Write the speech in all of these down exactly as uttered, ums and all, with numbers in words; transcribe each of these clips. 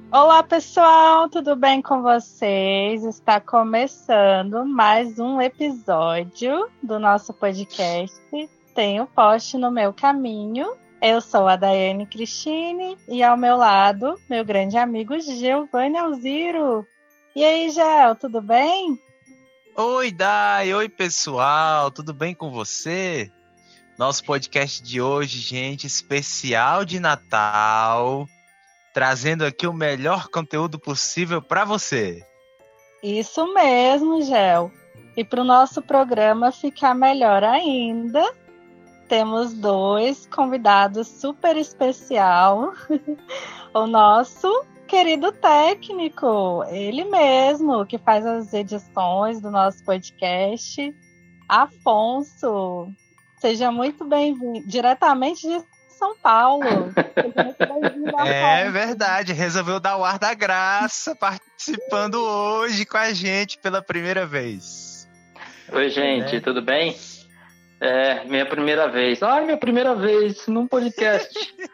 Olá, pessoal, tudo bem com vocês? Está começando mais um episódio do nosso podcast Tem o Poste no Meu Caminho. Eu sou a Daiane Cristine e ao meu lado, meu grande amigo Giovanni Alziro. E aí, Gel, tudo bem? Oi, Dai! Oi, pessoal! Tudo bem com você? Nosso podcast de hoje, gente, especial de Natal, trazendo aqui o melhor conteúdo possível para você. Isso mesmo, Gel. E para o nosso programa ficar melhor ainda, temos dois convidados super especial. O nosso querido técnico, ele mesmo, que faz as edições do nosso podcast, Afonso. Seja muito bem-vindo, diretamente de São Paulo. Seja muito bem-vindo, Afonso. É verdade, resolveu dar o ar da graça, participando hoje com a gente pela primeira vez. Oi, gente, é. Tudo bem? É, minha primeira vez. Ai, minha primeira vez num podcast.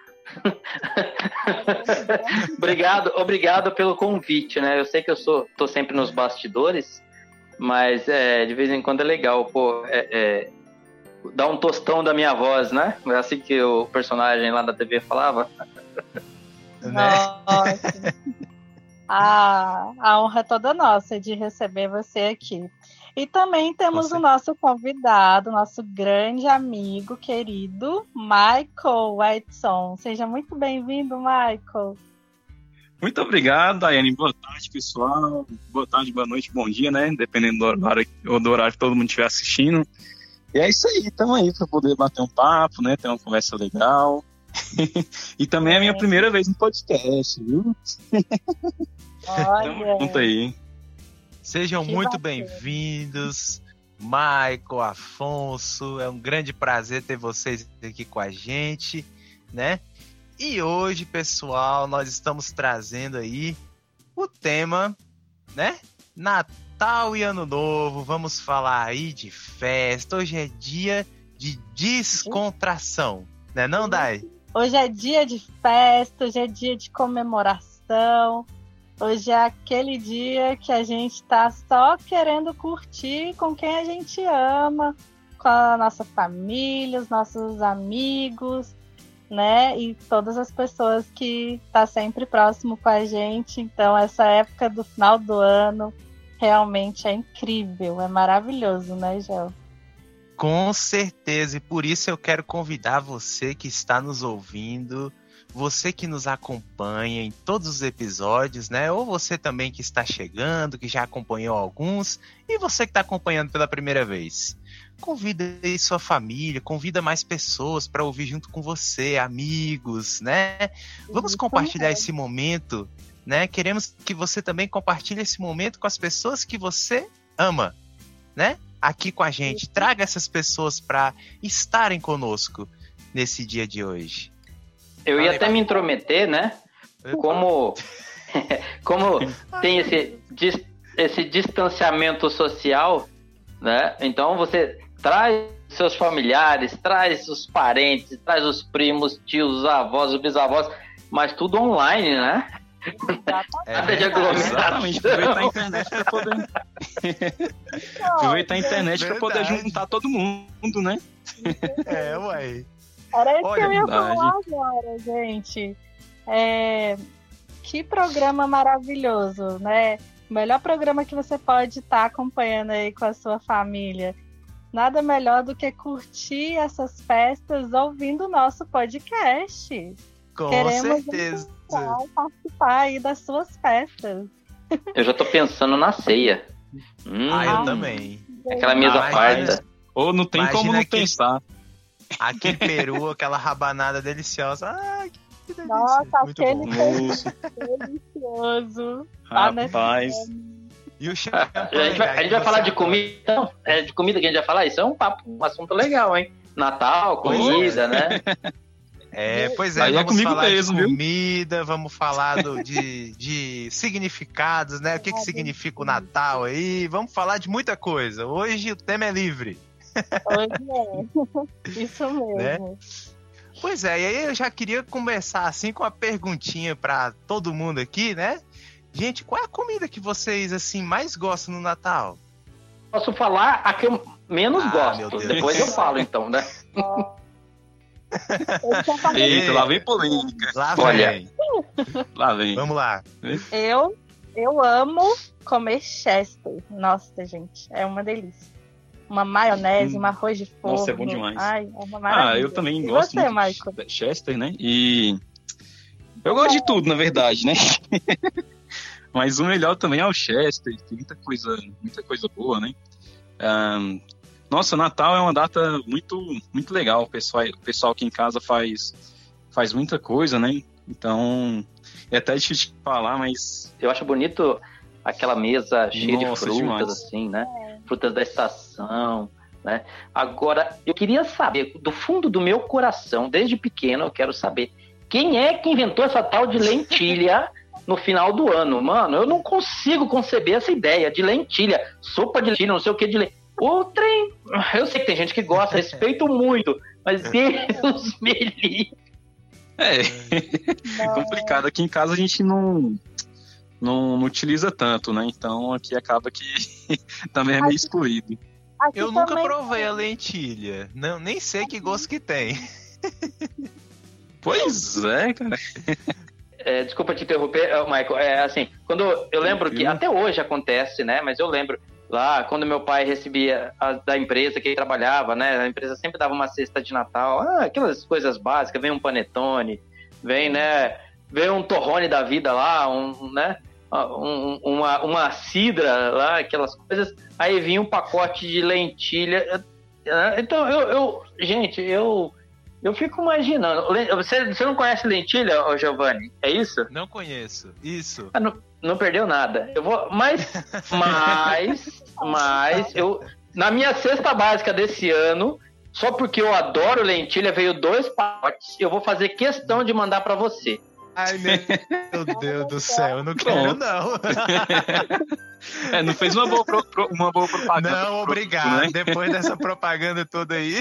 obrigado, obrigado pelo convite, né? Eu sei que eu sou, tô sempre nos bastidores, mas é, de vez em quando é legal, pô, é, é, dar um tostão da minha voz, né? É assim que o personagem lá da T V falava. Nossa. a, a honra é toda nossa de receber você aqui. E também temos o nosso convidado, nosso grande amigo, querido, Michael Whiteson. Seja muito bem-vindo, Michael. Muito obrigado, Daiane. Boa tarde, pessoal. Boa tarde, boa noite, bom dia, né? Dependendo do horário, do horário que todo mundo estiver assistindo. E é isso aí, estamos aí para poder bater um papo, né? Ter uma conversa legal. E também é a minha é. primeira vez no podcast, viu? Olha. Tamo junto aí. Sejam Que muito bacana. bem-vindos, Michael, Afonso. É um grande prazer ter vocês aqui com a gente, né? E hoje, pessoal, nós estamos trazendo aí o tema, né? Natal e Ano Novo. Vamos falar aí de festa. Hoje é dia de descontração, né, não, Dai? Hoje é dia de festa, hoje é dia de comemoração. Hoje é aquele dia que a gente tá só querendo curtir com quem a gente ama, com a nossa família, os nossos amigos, né? E todas as pessoas que tá sempre próximo com a gente. Então, essa época do final do ano realmente é incrível, é maravilhoso, né, Gel? Com certeza, e por isso eu quero convidar você que está nos ouvindo, você que nos acompanha em todos os episódios, né? Ou você também que está chegando, que já acompanhou alguns, e você que está acompanhando pela primeira vez. Convida aí sua família, convida mais pessoas para ouvir junto com você, amigos, né? Vamos compartilhar esse momento, né? Queremos que você também compartilhe esse momento com as pessoas que você ama, né? Aqui com a gente. Traga essas pessoas para estarem conosco nesse dia de hoje. Eu ia até me intrometer, né? Como, como tem esse, esse distanciamento social, né? Então você traz seus familiares, traz os parentes, traz os primos, tios, avós, os bisavós, mas tudo online, né? Nada de aglomeração. Exatamente, aproveitar a internet para poder aproveitar a internet para poder juntar todo mundo, né? É, ué. Era isso Olha, que eu ia verdade. falar agora, gente. É, que programa maravilhoso, né? O melhor programa que você pode estar acompanhando aí com a sua família. Nada melhor do que curtir essas festas ouvindo o nosso podcast. Com Queremos certeza. participar aí das suas festas. Eu já tô pensando na ceia. Hum, Ah, eu Ah, também. aquela mesa Ah, farta. Ou não tem Imagina como não que- pensar. Aqui em Peru, aquela rabanada deliciosa. Ai, que delícia. Nossa, Muito aquele bom. Moço, delicioso. Tá nesse rapaz. E o A champanhe, gente vai, a gente vai você- falar de comida, então? É de comida que a gente vai falar? Isso é um papo, um assunto legal, hein? Natal, comida, né? É, pois é, Aí é vamos comigo falar mesmo, de viu? comida, vamos falar do, de, de significados, né? O que, que significa o Natal aí? Vamos falar de muita coisa. Hoje o tema é livre. Hoje é. Isso mesmo. Né? Pois é, e aí eu já queria começar assim com uma perguntinha pra todo mundo aqui, né? Gente, qual é a comida que vocês assim mais gostam no Natal? Posso falar a que eu menos Ah, meu gosto. Deus. Depois eu falo, então, né? Eita, lá vem polêmica. Lá Olha. vem. Lá vem. Vamos lá. Eu, eu amo comer Chester. Nossa, gente, é uma delícia. Uma maionese, Hum. um arroz de forno. Nossa, é bom demais. Ai, é uma maravilha. Ah, eu também E gosto você, muito Michael? de Chester, né? E eu gosto de tudo, na verdade, né? Mas o melhor também é o Chester, tem muita coisa, muita coisa boa, né? Um, nossa, Natal é uma data muito, muito legal. O pessoal, o pessoal aqui em casa faz, faz muita coisa, né? Então, é até difícil de falar, mas... Eu acho bonito aquela mesa cheia Nossa, de frutas, demais. assim, né? Frutas da estação, né? Agora, eu queria saber, do fundo do meu coração, desde pequeno, eu quero saber quem é que inventou essa tal de lentilha no final do ano. Mano, eu não consigo conceber essa ideia de lentilha, sopa de lentilha, não sei o que de lentilha. O trem, eu sei que tem gente que gosta, respeito muito, mas Deus me livre. É, é complicado. Aqui em casa a gente não, não, não utiliza tanto, né? Então aqui acaba que também é meio excluído. Aqui Eu nunca também provei a lentilha. Não, nem sei que gosto que tem. Pois é, cara. É, desculpa te interromper, Michael. É assim, quando eu lembro que até hoje acontece, né? Mas eu lembro lá quando meu pai recebia a, da empresa que ele trabalhava, né? A empresa sempre dava uma cesta de Natal, ah, aquelas coisas básicas, vem um panetone, vem, né? Vem um torrone da vida lá, um, né? Um, uma, uma cidra lá, aquelas coisas. Aí vinha um pacote de lentilha. Então, eu, eu gente, eu Eu fico imaginando. Você, você não conhece lentilha, ô Giovanni? É isso? Não conheço. Isso. Ah, não, não perdeu nada. Eu vou. Mas. Mas. Mas. Eu, na minha cesta básica desse ano, só porque eu adoro lentilha, veio dois pacotes. Eu vou fazer questão de mandar pra você. Ai, meu Deus do céu, eu não quero, não. É, não fez uma boa, pro, pro, uma boa propaganda. Não, obrigado. Né? Depois dessa propaganda toda aí.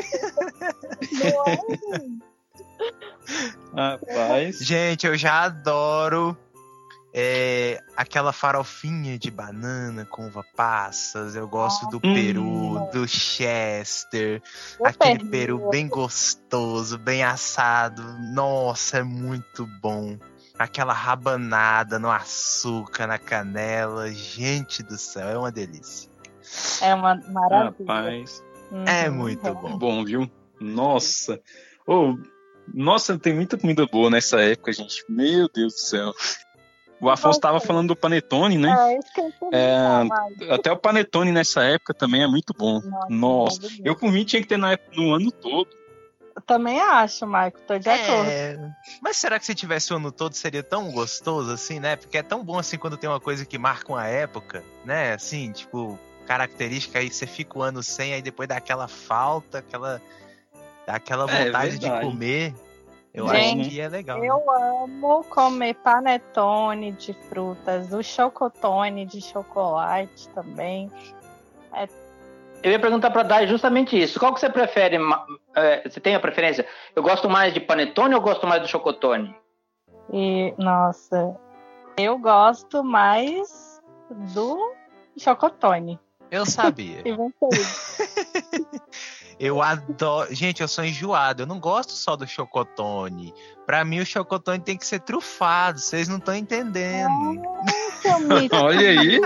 Rapaz. Gente, eu já adoro é, aquela farofinha de banana com uva passas. Eu gosto do peru, hum. do Chester. Eu aquele perdi. Peru bem gostoso, bem assado. Nossa, é muito bom. Aquela rabanada no açúcar, na canela. Gente do céu, é uma delícia. É uma maravilha. Rapaz. Uhum. É muito bom. Bom, viu? Nossa. Oh, nossa, tem muita comida boa nessa época, gente. Meu Deus do céu. O Afonso estava falando do panetone, né? É, isso que eu é, até o panetone nessa época também é muito bom. Nossa, Nossa. eu por mim tinha que ter na época, no ano todo. Eu também acho, Marco, tô de acordo. É... Mas será que se tivesse o ano todo seria tão gostoso assim, né? Porque é tão bom assim quando tem uma coisa que marca uma época, né? Assim, tipo, característica, aí você fica o ano sem, aí depois dá aquela falta, aquela, dá aquela vontade é, de comer. Eu Gente, acho que é legal. Eu né? amo comer panetone de frutas, o chocotone de chocolate também. É... Eu ia perguntar para Dai justamente isso. Qual que você prefere? Você tem a preferência? Eu gosto mais de panetone ou eu gosto mais do chocotone? E, nossa, eu gosto mais do chocotone. Eu sabia. E você? Eu adoro... Gente, eu sou enjoado. Eu não gosto só do chocotone. Pra mim, o chocotone tem que ser trufado. Vocês não estão entendendo. Nossa, olha aí.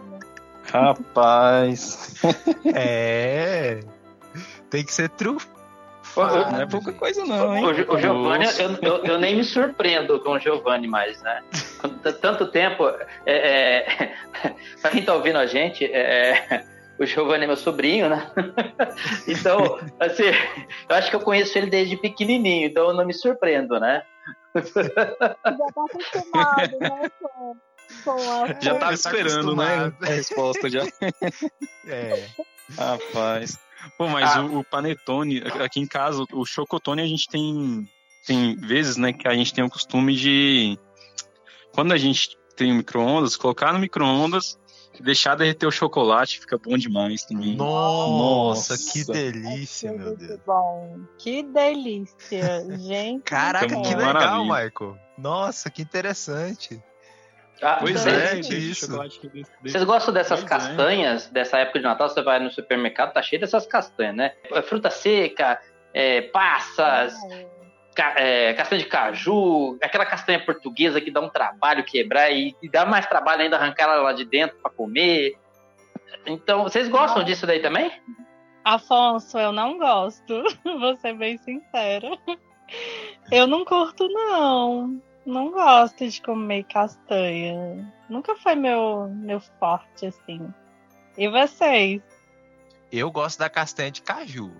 Rapaz. É. Tem que ser trufado. Não é pouca coisa não, hein? O, o Giovanni, eu, eu, eu nem me surpreendo com o Giovanni mais, né? Tanto tempo... É, é, pra quem tá ouvindo a gente... É, o Giovanni é meu sobrinho, né? Então, assim, eu acho que eu conheço ele desde pequenininho, então eu não me surpreendo, né? Já tá acostumado, né? Com, com a... Já tava esperando, né? A resposta já. É. Rapaz. Pô, mas ah. o, o panetone, aqui em casa, o chocotone, a gente tem, tem vezes, né, que a gente tem o costume de... Quando a gente tem o micro-ondas, colocar no micro-ondas, deixar derreter o chocolate, fica bom demais também. Nossa, Nossa. que delícia, É meu muito Deus. bom. Que delícia, gente. Caraca, do que céu. legal, Maravilha. Michael. Nossa, que interessante. Ah, Pois vocês- é, Gente, deixa isso. o chocolate desse- Vocês gostam dessas Pois é. castanhas, dessa época de Natal? Você vai no supermercado, tá cheio dessas castanhas, né? É fruta seca, é, passas, ca- é, castanha de caju, aquela castanha portuguesa que dá um trabalho quebrar e, e dá mais trabalho ainda arrancar ela lá de dentro pra comer. Então, vocês gostam disso daí também? Afonso, eu não gosto. Vou ser bem sincera. Eu não curto, não. Não gosto de comer castanha. Nunca foi meu, meu forte, assim. E vocês? Eu gosto da castanha de caju.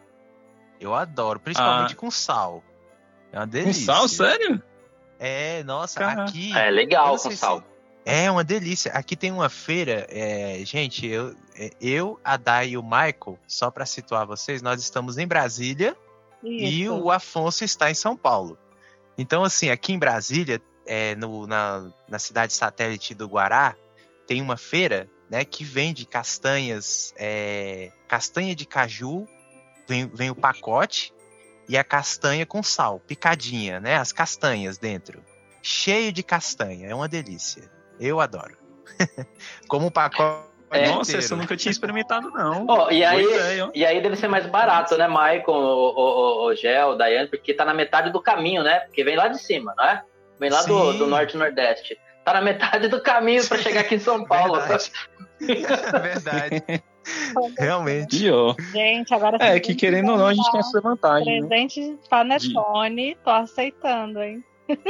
Eu adoro, principalmente Ah. com sal. É uma Com delícia. sal, sério? É, nossa, Caraca. aqui... É eu legal não com sei se- sal. É uma delícia. Aqui tem uma feira, é, gente, eu, é, eu, a Day e o Michael, só para situar vocês, nós estamos em Brasília e Isso. o Afonso está em São Paulo. Então, assim, aqui em Brasília, é, no- na, na cidade satélite do Guará, tem uma feira, né, que vende castanhas, é, castanha de caju, vem, vem o pacote, e a castanha com sal, picadinha, né, as castanhas dentro. Cheio de castanha, é uma delícia. Eu adoro. Como um pacote É, Nossa, inteiro. essa eu nunca tinha experimentado, não. Ó, e, aí, Boa ideia, ó. e aí deve ser mais barato, né, Maicon, o, o, o Gel, o Daiane, porque tá na metade do caminho, né? Porque vem lá de cima, não é? Vem lá do, Sim. do norte e nordeste. Tá na metade do caminho pra chegar aqui em São Paulo. Verdade. Verdade. Realmente. E, ó, Gente, agora é vocês que vão querendo ou não, a gente dar tem essa vantagem, né? presente de Panetone, tô aceitando, hein?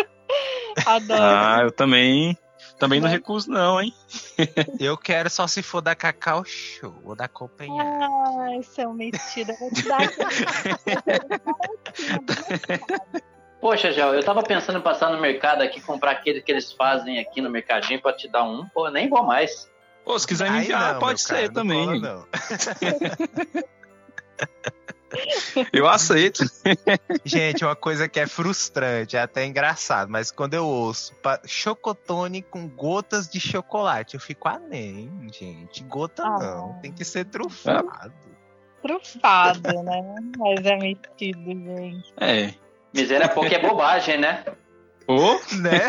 Adoro. Ah, eu também, também não recuso, não, hein? Eu quero só se for da Cacau Show ou da Copenhague. Ai, seu metido. Eu vou te dar aquele- Poxa, Gel, eu tava pensando em passar no mercado aqui, comprar aquele que eles fazem aqui no mercadinho pra te dar um. Pô, nem vou mais. Pô, se quiser me Aí enviar, não, pode meu ser cara, não também. cola, não. Eu aceito. Gente, uma coisa que é frustrante, é até engraçado, mas quando eu ouço pa- chocotone com gotas de chocolate, eu fico, ah, nem, gente, gota Ah. não, tem que ser trufado. Trufado, né? Mas é metido, gente. É. Miséria pouco é bobagem, né? Ô, Né?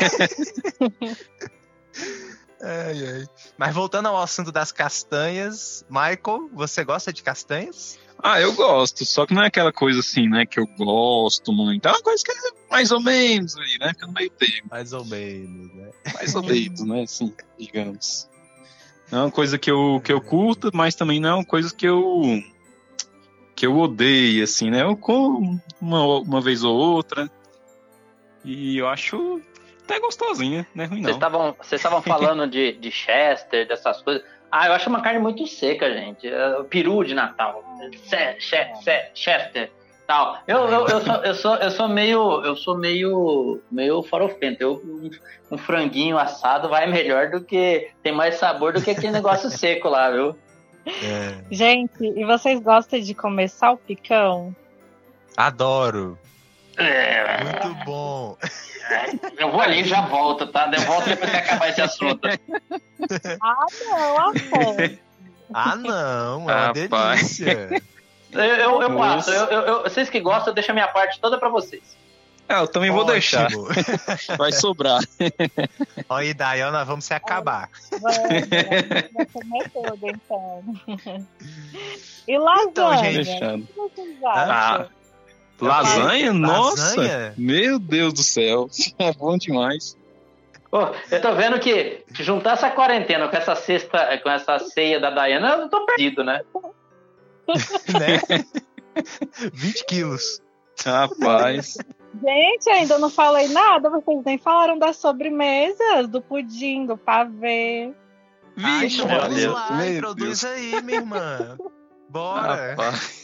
Ai, ai. Mas voltando ao assunto das castanhas, Michael, você gosta de castanhas? ah, eu gosto, só que não é aquela coisa assim, né, que eu gosto muito. É uma coisa que é mais ou menos aí, né? Fica no meio termo. Mais ou menos, né? Mais ou menos, né? Assim, digamos. Não é uma coisa que eu, que eu curto, mas também não é uma coisa que eu que eu odeio, assim, né? Eu como uma, uma vez ou outra e eu acho até gostosinha, não é ruim Vocês não. estavam vocês estavam falando de, de Chester, dessas coisas. Ah, eu acho uma carne muito seca, gente. É, o peru de Natal. Che- che- che- Chester. Tal. Eu, eu, eu, sou, eu, sou, eu sou meio. Eu sou meio. meio farofento. Eu, um, um franguinho assado vai melhor do que. Tem mais sabor do que aquele negócio seco lá, viu? É, Gente, e vocês gostam de comer salpicão? adoro. É, Muito bom. eu vou ali e já volto, tá? Eu volto depois que acabar esse assunto. Ah, não, Afonso. Ah, não, é uma Rapaz. delícia. Eu, eu, eu passo. Nossa. Eu, eu, eu- vocês que gostam, eu deixo a minha parte toda pra vocês. Ah, eu também vou deixar, Ótimo. vai sobrar. Olha aí, Dayana, vamos se acabar. Vamos, vai comer tudo, então. E lasanha? Então, gente. Fechado. O que vocês acham? Ah, lasanha? Nossa, Lasanha? meu Deus do céu, é bom demais. Pô, eu tô vendo que se juntar essa quarentena com essa cesta, com essa ceia da Dayana, eu não tô perdido, né? Né? vinte quilos. Rapaz, Gente, ainda não falei nada, vocês nem falaram das sobremesas, do pudim, do pavê. vixe, Ai, meu vamos Deus, lá, meu introduz aí, minha irmã. Bora. rapaz.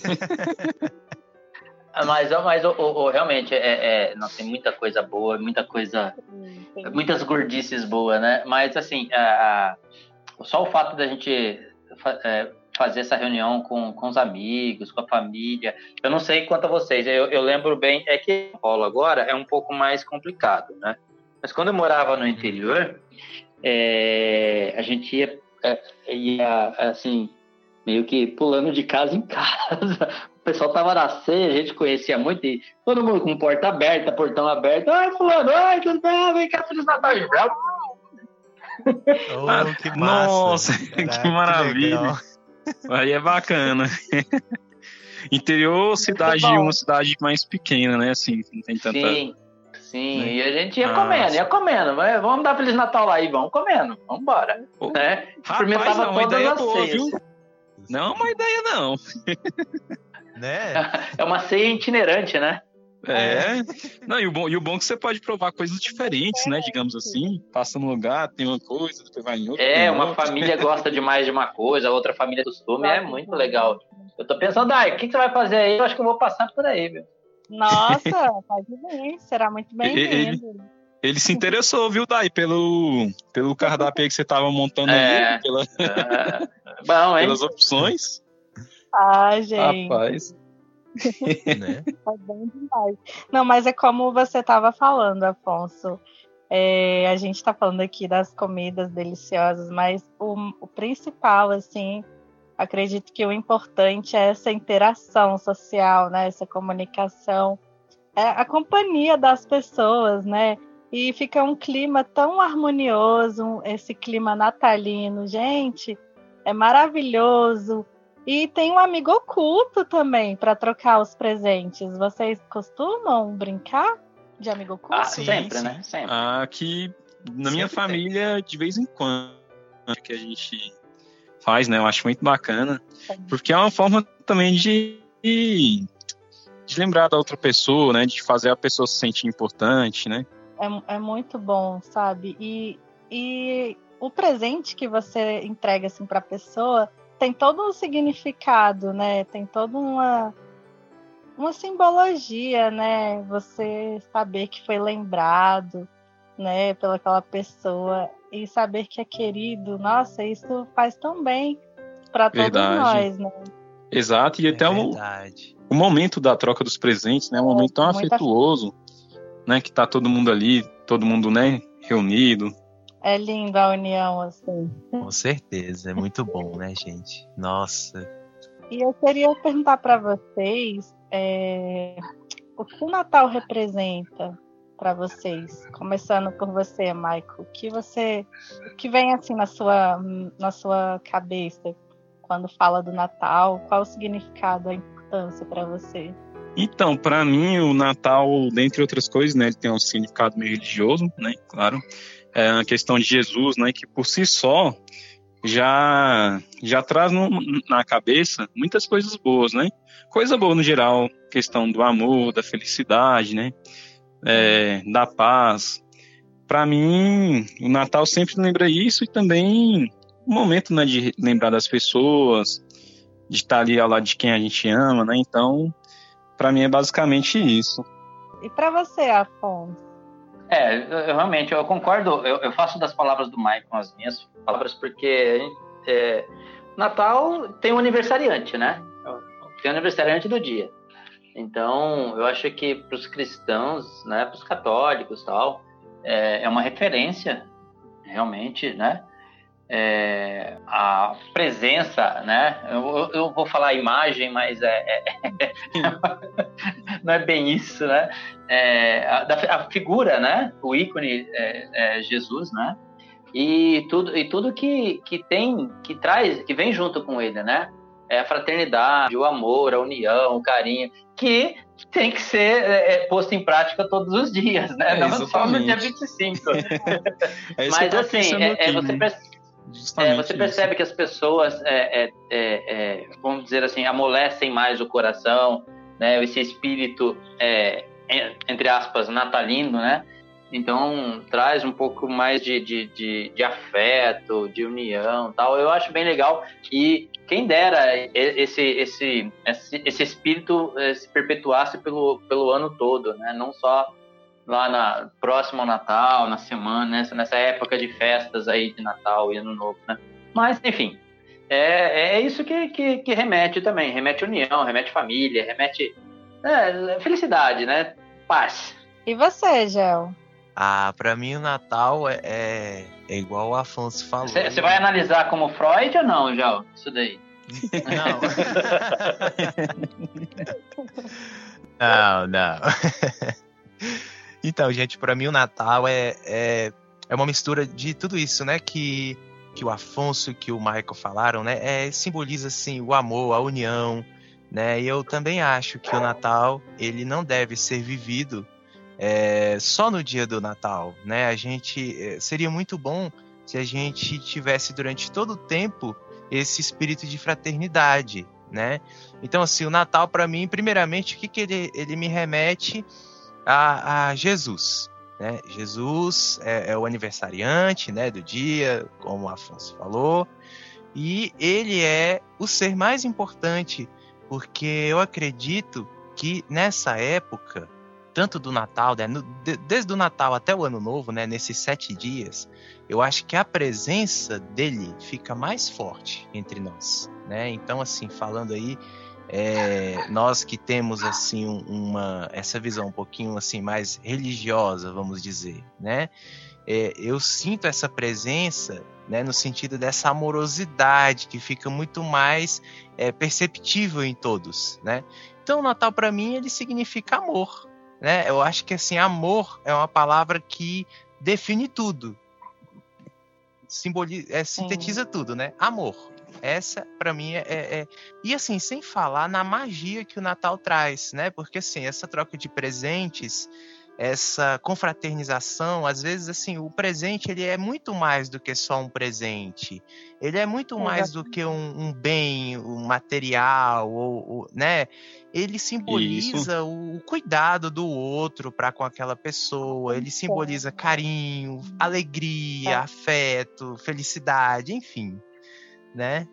Mas, mas o, o- o- realmente, é, é, não, tem muita coisa boa, muita coisa, Tem- muitas gordices boas, né? Mas, assim, a- a- só o fato da gente fa- é, fazer essa reunião com, com os amigos, com a família, eu não sei quanto a vocês, eu, eu lembro bem, é que São Paulo agora é um pouco mais complicado, né? Mas quando eu morava no interior, é, a gente ia, ia, assim, meio que pulando de casa em casa. O pessoal tava na ceia, a gente conhecia muito, e todo mundo com porta aberta, portão aberto. Ai, fulano, ai, tudo bem, vem cá, Feliz Natal. Oh, que massa. Nossa, Caraca, que maravilha. Que Aí é bacana. Interior, cidade, uma cidade mais pequena, né? Assim, não tem tanta... Sim, sim. Né? E a gente ia Ah, comendo, sim. ia comendo. Mas vamos dar Feliz Natal lá e vamos comendo. Vamos embora. Pô, Né? Rapaz, Experimentava não, uma todas ideia as boa, ceias. viu? Não é uma ideia, não. Né? É uma ceia itinerante, né? É. Não, e o bom, e o bom é que você pode provar coisas diferentes, né? Digamos assim. Passa num lugar, tem uma coisa, depois vai em outra. É, tem uma outra. família gosta de mais de uma coisa, a outra família costume, é muito legal. Eu tô pensando, Dai, o que, que você vai fazer aí? Eu acho que eu vou passar por aí, viu? Nossa, pode vir, será muito bem-vindo. Ele se interessou, viu, Dai, pelo, pelo cardápio aí que você tava montando É. aí, pela, É. Bom, hein? pelas opções. Ah, gente. Rapaz. Né? Tá bem demais. Não, mas é como você estava falando, Afonso. É, a gente está falando aqui das comidas deliciosas, mas o, o principal, assim, acredito que o importante é essa interação social, né? Essa comunicação, é a companhia das pessoas, né? E fica um clima tão harmonioso, esse clima natalino, gente, é maravilhoso. E tem um amigo oculto também para trocar os presentes. Vocês costumam brincar de amigo oculto? Ah, Sim, sempre, sim. né? Sempre. Aqui, na minha Sempre família, de vez em quando, que a gente faz, né? Eu acho muito bacana. Porque é uma forma também de, de lembrar da outra pessoa, né? De fazer a pessoa se sentir importante, né? É, é muito bom, sabe? E, e o presente que você entrega assim, para a pessoa tem todo um significado, né? Tem toda uma, uma simbologia, né? Você saber que foi lembrado, né? Pelaquela pessoa e saber que é querido. Nossa, isso faz tão bem para todos Verdade. nós, né? Exato, e É até o, verdade. o momento da troca dos presentes, né? Um momento tão muito afetuoso, né? Que tá todo mundo ali, todo mundo, né? Reunido. É lindo a união, assim. Com certeza. É muito bom, né, gente? Nossa. E eu queria perguntar para vocês é, o que o Natal representa para vocês, começando por você, Michael. O que você, o que vem assim na sua, na sua cabeça quando fala do Natal? Qual o significado, a importância para você? Então, para mim, o Natal, dentre outras coisas, né? Ele tem um significado meio religioso, né? Claro. É uma questão de Jesus, né? Que por si só já já traz no, na cabeça muitas coisas boas, né? Coisa boa no geral, questão do amor, da felicidade, né? É, da paz. Para mim, o Natal sempre lembra isso e também o momento, né, de lembrar das pessoas, de estar ali ao lado de quem a gente ama, né? Então, para mim é basicamente isso. E para você, Afonso? É, eu, realmente, eu concordo, eu, eu faço das palavras do Michael as minhas palavras, porque é, Natal tem um aniversariante, né? Tem um aniversariante do dia. Então, eu acho que para os cristãos, né, para os católicos e tal, é, é uma referência, realmente, né? É, a presença, né? Eu, eu vou falar imagem, mas é, é, não é bem isso, né? É, a, a figura, né? O ícone é, é Jesus, né? E tudo, e tudo que, que tem, que traz, que vem junto com ele, né? É a fraternidade, o amor, a união, o carinho, que tem que ser é, posto em prática todos os dias, né? É, não só no dia vinte e cinco. É mas assim, é, é, você percebe. É, você percebe isso. Que as pessoas, é, é, é, vamos dizer assim, amolecem mais o coração, né? Esse espírito, é, entre aspas, natalino, né? Então, traz um pouco mais de, de, de, de afeto, de união, tal. Eu acho bem legal. E quem dera esse, esse, esse, esse espírito se perpetuasse pelo, pelo ano todo, né? Não só lá na, próximo ao Natal, na semana, nessa, nessa época de festas aí de Natal e Ano Novo, né? Mas, enfim, é, é isso que, que, que remete também. Remete união, remete família, remete é, felicidade, né? Paz. E você, Gel? Ah, pra mim o Natal é, é, É igual o Afonso falou. Você vai analisar como Freud ou não, já? Isso daí? Não. Não, não. Então, gente, para mim o Natal é, é, é uma mistura de tudo isso, né? Que, que o Afonso e que o Michael falaram, né? É, simboliza, assim, o amor, a união, né? E eu também acho que o Natal, ele não deve ser vivido é, só no dia do Natal, né? A gente, seria muito bom se a gente tivesse durante todo o tempo esse espírito de fraternidade, né? Então, assim, o Natal, para mim, primeiramente, o que, que ele, ele me remete a, a Jesus, né? Jesus é, é o aniversariante, né, do dia, como o Afonso falou, e ele é o ser mais importante, porque eu acredito que nessa época, tanto do Natal, né, no, de, desde o Natal até o Ano Novo, né, nesses sete dias, eu acho que a presença dele fica mais forte entre nós, né? Então, assim, falando aí, é, nós que temos assim uma essa visão um pouquinho assim mais religiosa, vamos dizer, né? É, eu sinto essa presença, né, no sentido dessa amorosidade que fica muito mais é, perceptível em todos, né? Então, o Natal para mim ele significa amor, né? Eu acho que assim amor é uma palavra que define tudo, simboliza, é, sintetiza Sim. tudo, né? Amor. Essa, para mim, é, é... E, assim, sem falar na magia que o Natal traz, né? Porque, assim, essa troca de presentes, essa confraternização, às vezes, assim, o presente, ele é muito mais do que só um presente. Ele é muito mais do que um, um bem, um material, ou, ou, né? Ele simboliza o, o cuidado do outro para com aquela pessoa. Ele simboliza carinho, alegria, é. afeto, felicidade, enfim. Né?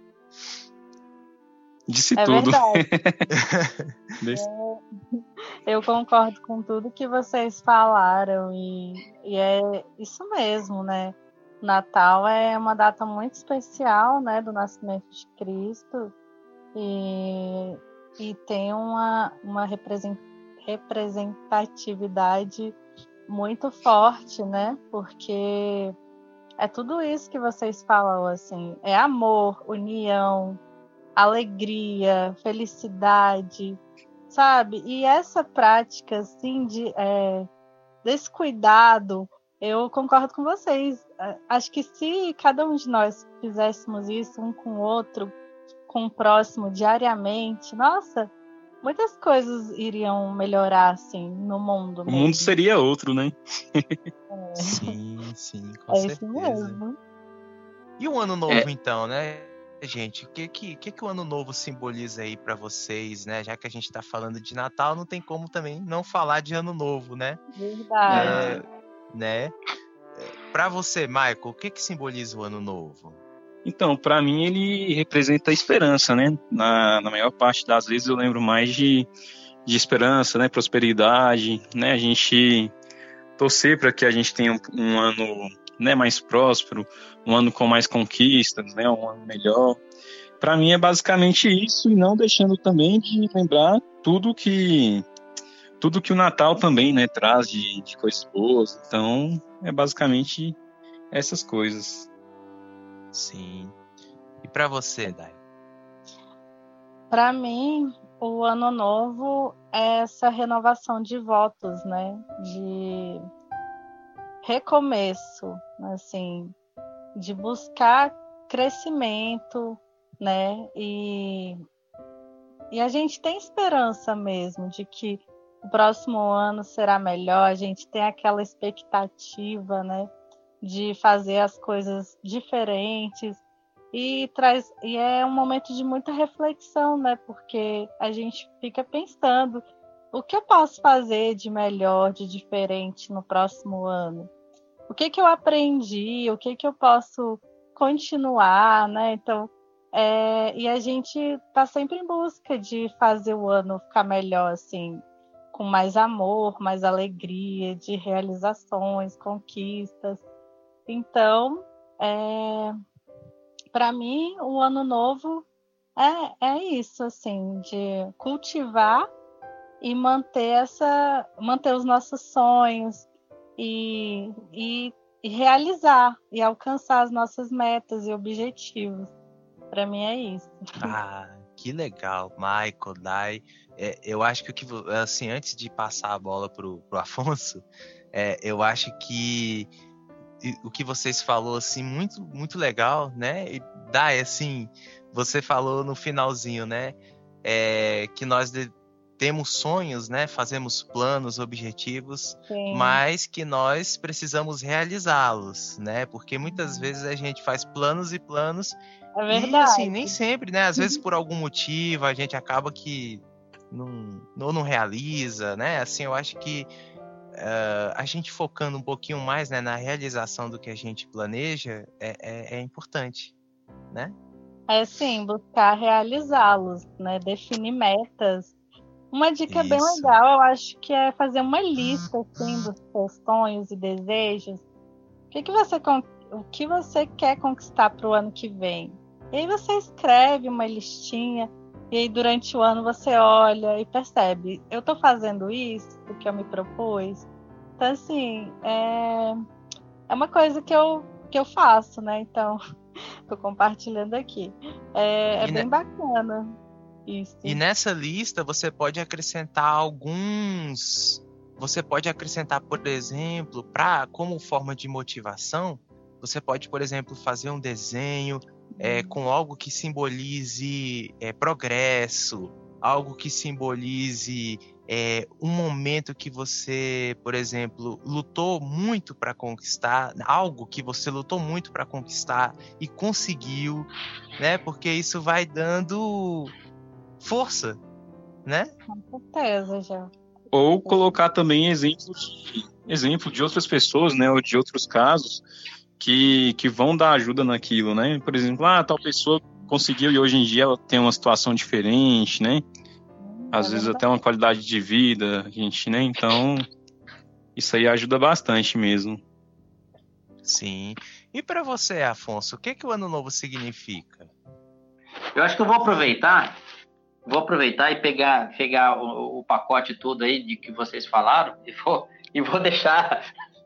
Disse é tudo. Desse... Eu concordo com tudo que vocês falaram e, e é isso mesmo, né? Natal é uma data muito especial, né, do nascimento de Cristo e, e tem uma, uma representatividade muito forte, né? Porque é tudo isso que vocês falam, assim, é amor, união, alegria, felicidade, sabe? E essa prática, assim, de, é, desse cuidado, eu concordo com vocês. Acho que se cada um de nós fizéssemos isso um com o outro, com o próximo, diariamente, nossa, muitas coisas iriam melhorar, assim, no mundo O mesmo. mundo seria outro, né? É. Sim, sim, com é certeza. Isso mesmo. E o Ano Novo, É. então, né, gente? O que, que, que, que o Ano Novo simboliza aí para vocês, né? Já que a gente tá falando de Natal, não tem como também não falar de Ano Novo, né? Verdade. É, né? Para você, Michael, o que, que simboliza o Ano Novo? Então, para mim ele representa a esperança, né? Na, na maior parte das vezes eu lembro mais de, de esperança, né? Prosperidade, né? A gente torcer para que a gente tenha um, um ano, né, mais próspero, um ano com mais conquistas, né? Um ano melhor. Para mim é basicamente isso, e não deixando também de lembrar tudo que tudo que o Natal também, né, traz de, de coisas boas. Então é basicamente essas coisas. Sim. E para você, Dai? Para mim, o Ano Novo é essa renovação de votos, né? De recomeço, assim, de buscar crescimento, né? E, e a gente tem esperança mesmo de que o próximo ano será melhor, a gente tem aquela expectativa, né? De fazer as coisas diferentes. E, traz, e é um momento de muita reflexão, né? Porque a gente fica pensando o que eu posso fazer de melhor, de diferente no próximo ano? O que que eu aprendi? O que que eu posso continuar, né? Então, é, e a gente está sempre em busca de fazer o ano ficar melhor, assim, com mais amor, mais alegria, de realizações, conquistas. Então, é... para mim, o Ano Novo é, é isso, assim, de cultivar e manter, essa, manter os nossos sonhos e, e, e realizar e alcançar as nossas metas e objetivos. Para mim é isso. Ah, que legal, Michael, Dai. É, eu acho que, o que assim, antes de passar a bola pro, pro Afonso, é, eu acho que o que vocês falou assim muito muito legal, né? E Dai, assim, você falou no finalzinho, né? É, que nós de, temos sonhos, né? Fazemos planos, objetivos, Sim. mas que nós precisamos realizá-los, né? Porque muitas vezes a gente faz planos e planos é verdade. E assim, nem sempre, né? Às vezes por algum motivo a gente acaba que não, ou não realiza, né? Assim, eu acho que uh, a gente focando um pouquinho mais, né, na realização do que a gente planeja é, é, é importante, né? É sim, buscar realizá-los, né? Definir metas. Uma dica Isso. bem legal, eu acho que é fazer uma lista assim, dos seus sonhos e desejos. O que, que você, o que você quer conquistar para o ano que vem? E aí você escreve uma listinha e aí durante o ano você olha e percebe, eu estou fazendo isso porque eu me propus. Então, assim, é, é uma coisa que eu, que eu faço, né? Então, estou compartilhando aqui. É, é bem ne... bacana isso. E nessa lista você pode acrescentar alguns... Você pode acrescentar, por exemplo, pra, como forma de motivação, você pode, por exemplo, fazer um desenho é, com algo que simbolize é, progresso, algo que simbolize é, um momento que você, por exemplo, lutou muito para conquistar, algo que você lutou muito para conquistar e conseguiu, né? Porque isso vai dando força, né? Com certeza, já. Ou colocar também exemplos de, exemplo de outras pessoas, né? Ou de outros casos que, que vão dar ajuda naquilo, né? Por exemplo, ah, tal pessoa conseguiu e hoje em dia ela tem uma situação diferente, né? Às é vezes até uma qualidade de vida, gente, né? Então, isso aí ajuda bastante mesmo. Sim. E para você, Afonso, o que que o Ano Novo significa? Eu acho que eu vou aproveitar, vou aproveitar e pegar, pegar o, o pacote todo aí de que vocês falaram e vou, e vou deixar...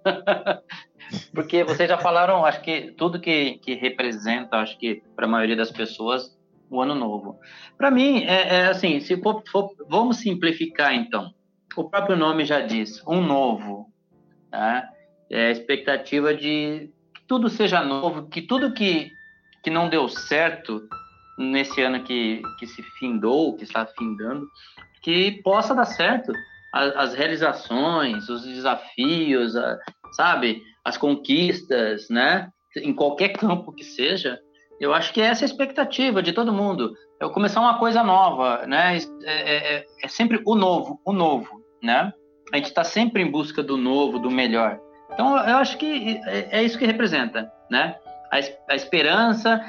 Porque vocês já falaram, acho que tudo que, que representa, acho que para a maioria das pessoas, o Ano Novo. Para mim, é, é assim, se for, for, vamos simplificar então. O próprio nome já diz, um novo. Tá? É a expectativa de que tudo seja novo, que tudo que, que não deu certo nesse ano que, que se findou, que está findando, que possa dar certo. As, as realizações, os desafios, a, sabe, as conquistas, né? Em qualquer campo que seja, eu acho que essa é a expectativa de todo mundo. É começar uma coisa nova, né? É, é, é sempre o novo, o novo, né? A gente está sempre em busca do novo, do melhor. Então, eu acho que é, é isso que representa, né? A, a esperança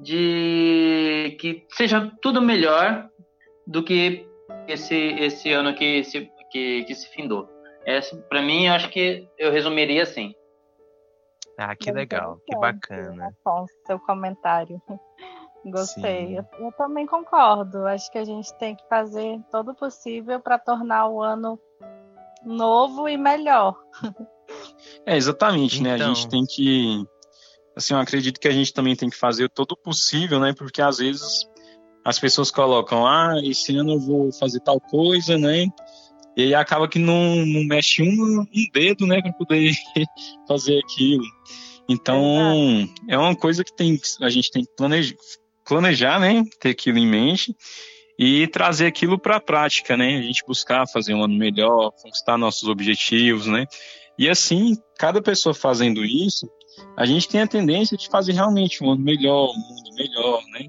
de que seja tudo melhor do que esse, esse ano que se, que, que se findou. Essa, para mim, eu acho que eu resumiria assim. Ah, que legal, que bacana. Afonso, seu comentário. Gostei. Eu, eu também concordo. Acho que a gente tem que fazer todo o possível para tornar o ano novo e melhor. É, exatamente, então... né? A gente tem que... Assim, eu acredito que a gente também tem que fazer todo o possível, né? Porque às vezes as pessoas colocam, ah, esse ano eu vou fazer tal coisa, né? E aí acaba que não, não mexe um, um dedo, né, para poder fazer aquilo. Então, é, é uma coisa que tem, a gente tem que planejar, planejar, né, ter aquilo em mente e trazer aquilo para a prática, né, a gente buscar fazer um ano melhor, conquistar nossos objetivos, né. E assim, cada pessoa fazendo isso, a gente tem a tendência de fazer realmente um ano melhor, um mundo melhor, né.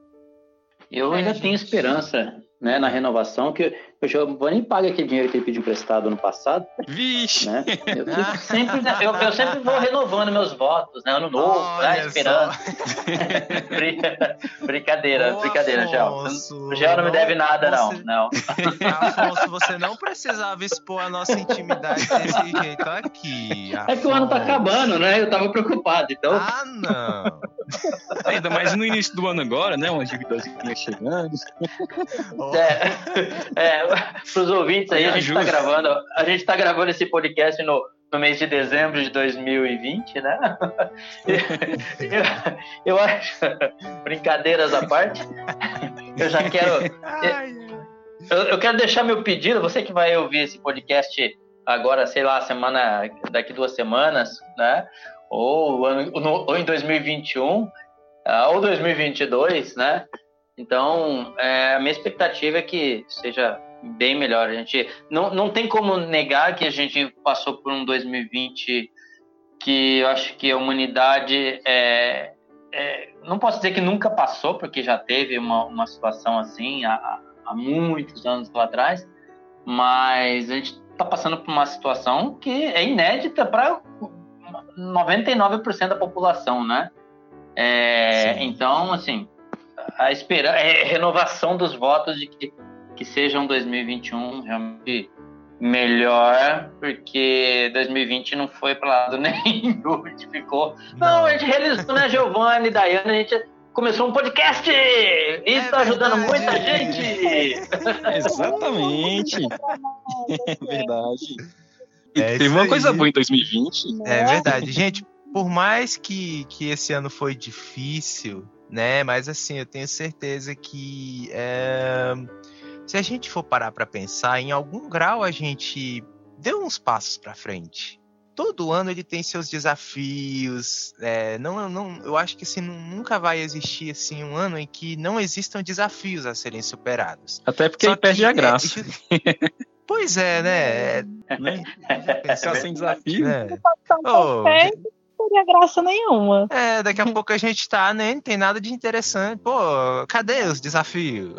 Eu ainda tenho esperança, né, na renovação, que eu já vou nem pagar aquele dinheiro que ele pediu emprestado ano passado. Vixe! Né? Eu, sempre, eu, eu sempre vou renovando meus votos, né? Ano novo, né? Esperança. brincadeira, Ô, brincadeira, Gel. O Gel não me deve nada, você... não. não. Afonso, você não precisava expor a nossa intimidade desse jeito aqui. Afonso. É que o ano tá acabando, né? Eu tava preocupado, então... Ah, não! Ainda mais no início do ano agora, né? Uma dívidazinha chegando. É, é, para os ouvintes aí, a gente está gravando, a gente tá gravando esse podcast no, no mês de dezembro de dois mil e vinte, né? eu, eu acho, brincadeiras à parte, eu já quero... Eu, eu quero deixar meu pedido, você que vai ouvir esse podcast agora, sei lá, semana, daqui duas semanas, né? Ou, ou em dois mil e vinte e um, ou dois mil e vinte e dois, né? Então, é, a minha expectativa é que seja bem melhor. A gente não, não tem como negar que a gente passou por um dois mil e vinte que eu acho que a humanidade é, é, não posso dizer que nunca passou, porque já teve uma, uma situação assim há, há muitos anos lá atrás, mas a gente está passando por uma situação que é inédita para noventa e nove por cento da população, né? É, então, assim, a esperança é renovação dos votos de que, que seja um dois mil e vinte e um realmente melhor, porque dois mil e vinte não foi para lado nenhum, a gente ficou... Não, a gente realizou, né, Giovanni e Daiane, a gente começou um podcast e está é ajudando muita gente. Exatamente. É verdade. É Teve uma aí. coisa boa em dois mil e vinte. É verdade. Gente, por mais que, que esse ano foi difícil, né? Mas assim, eu tenho certeza que é, se a gente for parar para pensar, em algum grau a gente deu uns passos para frente. Todo ano ele tem seus desafios. É, não, não, eu acho que assim, nunca vai existir assim, um ano em que não existam desafios a serem superados. Até porque Só aí perde que, a graça. É, pois é, né? né? Ficar sem desafio. É. Tão perfeito, não teria graça nenhuma. É, daqui a pouco a gente tá, né? Não tem nada de interessante. Pô, cadê os desafios?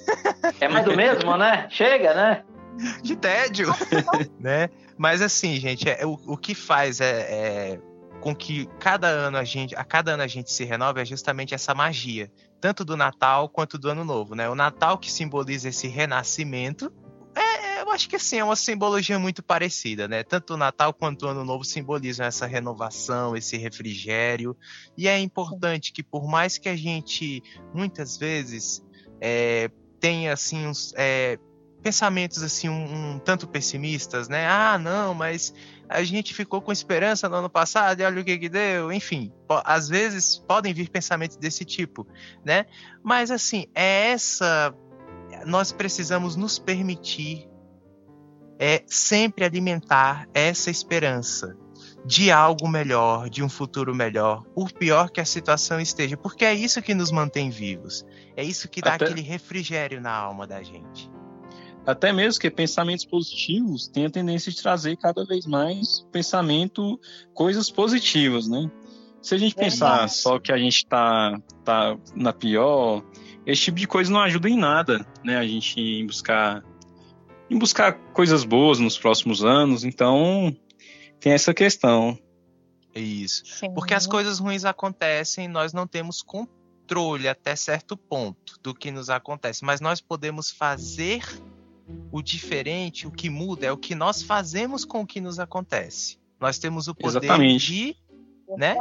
É mais do mesmo, né? Chega, né? De tédio, né? Mas assim, gente, é, o, o que faz é, é com que cada ano a gente, a cada ano a gente se renove é justamente essa magia, tanto do Natal quanto do Ano Novo, né? O Natal que simboliza esse renascimento, é, eu acho que assim, é uma simbologia muito parecida, né? Tanto o Natal quanto o Ano Novo simbolizam essa renovação, esse refrigério, e é importante que por mais que a gente muitas vezes é, tenha assim uns é, pensamentos assim um, um tanto pessimistas, né? Ah, não, mas a gente ficou com esperança no ano passado e olha o que que deu. Enfim, po- às vezes podem vir pensamentos desse tipo, né? Mas assim, é essa... Nós precisamos nos permitir é, sempre alimentar essa esperança de algo melhor, de um futuro melhor, por pior que a situação esteja, porque é isso que nos mantém vivos. É isso que dá Até... aquele refrigério na alma da gente. Até mesmo que pensamentos positivos têm a tendência de trazer cada vez mais pensamento, coisas positivas, né? Se a gente pensar só que a gente tá, tá na pior, esse tipo de coisa não ajuda em nada, né? A gente em buscar, em buscar coisas boas nos próximos anos, então tem essa questão. Isso. Sim. Porque as coisas ruins acontecem, nós não temos controle até certo ponto do que nos acontece, mas nós podemos fazer o diferente, o que muda é o que nós fazemos com o que nos acontece. Nós temos o poder Exatamente. de... Né?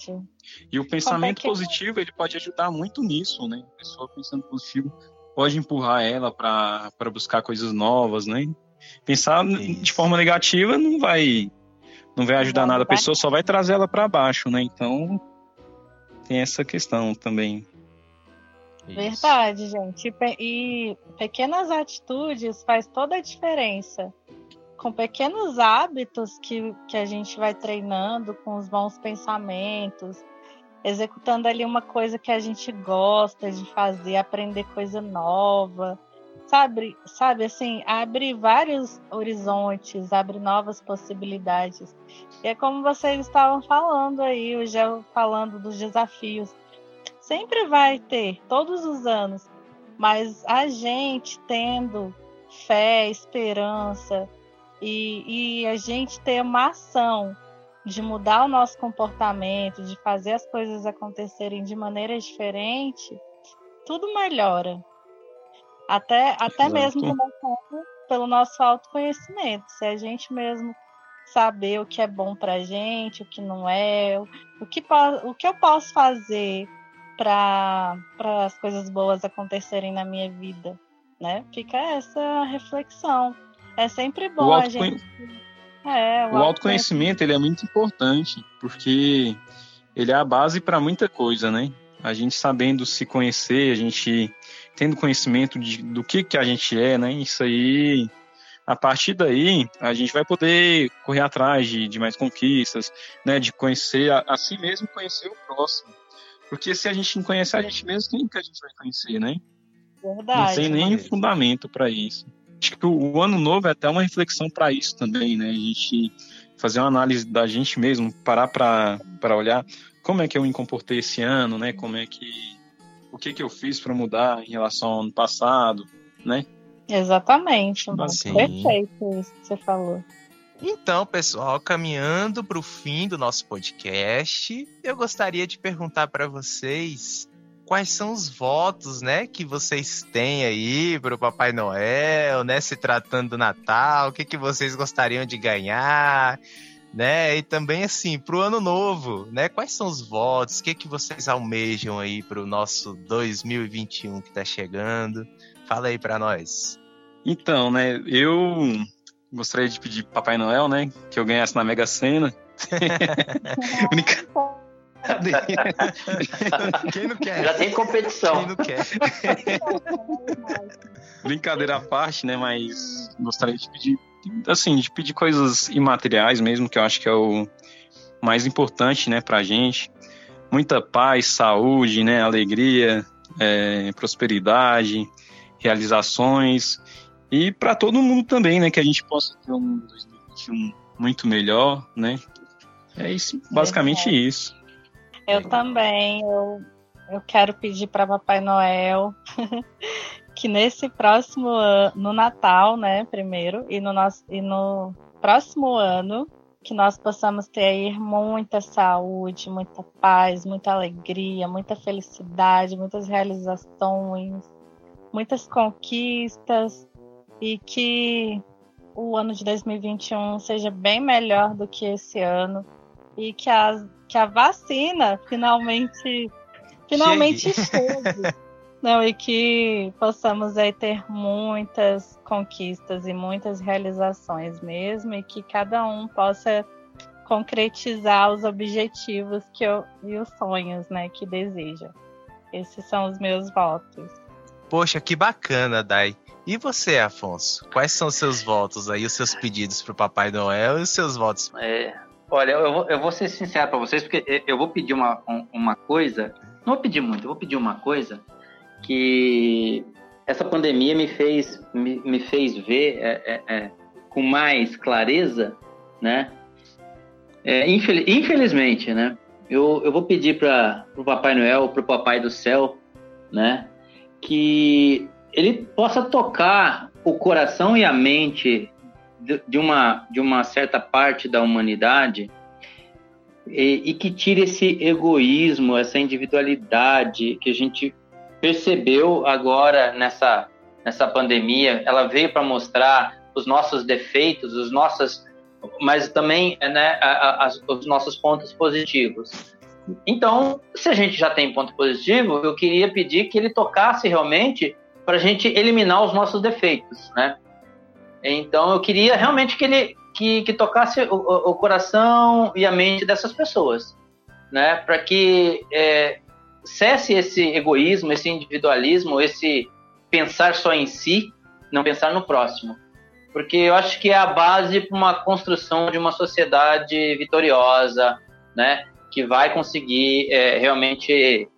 E o pensamento positivo, ele pode ajudar muito nisso, né? A pessoa pensando positivo pode empurrar ela para buscar coisas novas, né? Pensar Isso. de forma negativa não vai não vai ajudar não, nada a pessoa, só vai trazer ela para baixo, né? Então tem essa questão também. Verdade, gente. E pequenas atitudes faz toda a diferença. Com pequenos hábitos que, que a gente vai treinando, com os bons pensamentos, executando ali uma coisa que a gente gosta de fazer, aprender coisa nova, sabe, sabe assim, abre vários horizontes, abre novas possibilidades. E é como vocês estavam falando aí, o Gel falando dos desafios. Sempre vai ter, todos os anos, mas a gente tendo fé, esperança e, e a gente ter uma ação de mudar o nosso comportamento, de fazer as coisas acontecerem de maneira diferente, tudo melhora. Até, até mesmo começando pelo nosso autoconhecimento. Se a gente mesmo saber o que é bom pra gente, o que não é, o que, o que eu posso fazer para as coisas boas acontecerem na minha vida, né? Fica essa reflexão. É sempre bom a gente... É, o, o autoconhecimento, ele é muito importante, porque ele é a base para muita coisa, né? A gente sabendo se conhecer, a gente tendo conhecimento de, do que, que a gente é, né? Isso aí, a partir daí, a gente vai poder correr atrás de, de mais conquistas, né? De conhecer a, a si mesmo, conhecer o próximo. Porque se a gente não conhecer a gente mesmo, quem que a gente vai conhecer, né? Verdade. Não tem nem fundamento para isso. Acho que o, o ano novo é até uma reflexão para isso também, né? A gente fazer uma análise da gente mesmo, parar para olhar como é que eu me comportei esse ano, né? Como é que o que que eu fiz para mudar em relação ao ano passado, né? Exatamente. Sim. Perfeito isso que você falou. Então, pessoal, caminhando para o fim do nosso podcast, eu gostaria de perguntar para vocês quais são os votos, né, que vocês têm aí para o Papai Noel, né, se tratando do Natal, o que, que vocês gostariam de ganhar, né, e também, assim, para o Ano Novo, né, quais são os votos, o que, que vocês almejam aí para o nosso dois mil e vinte e um que está chegando? Fala aí para nós. Então, né, eu gostaria de pedir pro Papai Noel, né, que eu ganhasse na Mega Sena. Quem não quer? Já tem competição. Quem não quer? Brincadeira à parte, né? Mas gostaria de pedir, assim, de pedir coisas imateriais mesmo, que eu acho que é o mais importante, né, pra gente. Muita paz, saúde, né, alegria, é, prosperidade, realizações. E para todo mundo também, né, que a gente possa ter um dois mil e vinte e um muito melhor, né? É isso, basicamente Verdade. isso. Eu também, eu, eu quero pedir para Papai Noel que nesse próximo ano, no Natal, né, primeiro, e no, nosso, e no próximo ano, que nós possamos ter aí muita saúde, muita paz, muita alegria, muita felicidade, muitas realizações, muitas conquistas, e que o ano de dois mil e vinte e um seja bem melhor do que esse ano, e que a, que a vacina finalmente, finalmente chegue. Não, e que possamos aí ter muitas conquistas e muitas realizações mesmo, e que cada um possa concretizar os objetivos que eu, e os sonhos, né, que deseja. Esses são os meus votos. Poxa, que bacana, Dai. E você, Afonso? Quais são os seus votos aí, os seus pedidos pro Papai Noel e os seus votos? É, olha, eu vou, eu vou ser sincero para vocês, porque eu vou pedir uma, uma coisa, não vou pedir muito, eu vou pedir uma coisa que essa pandemia me fez, me, me fez ver é, é, é, com mais clareza, né? É, infel, infelizmente, né? Eu, eu vou pedir para o Papai Noel, para o Papai do Céu, né? Que ele possa tocar o coração e a mente de, de, uma, de uma certa parte da humanidade e, e que tire esse egoísmo, essa individualidade que a gente percebeu agora nessa, nessa pandemia. Ela veio para mostrar os nossos defeitos, os nossos, mas também, né, a, a, os nossos pontos positivos. Então, se a gente já tem ponto positivo, eu queria pedir que ele tocasse realmente para a gente eliminar os nossos defeitos, né? Então, eu queria realmente que ele que, que tocasse o, o coração e a mente dessas pessoas, né? Para que é, cesse esse egoísmo, esse individualismo, esse pensar só em si, não pensar no próximo. Porque eu acho que é a base para uma construção de uma sociedade vitoriosa, né? Que vai conseguir é, realmente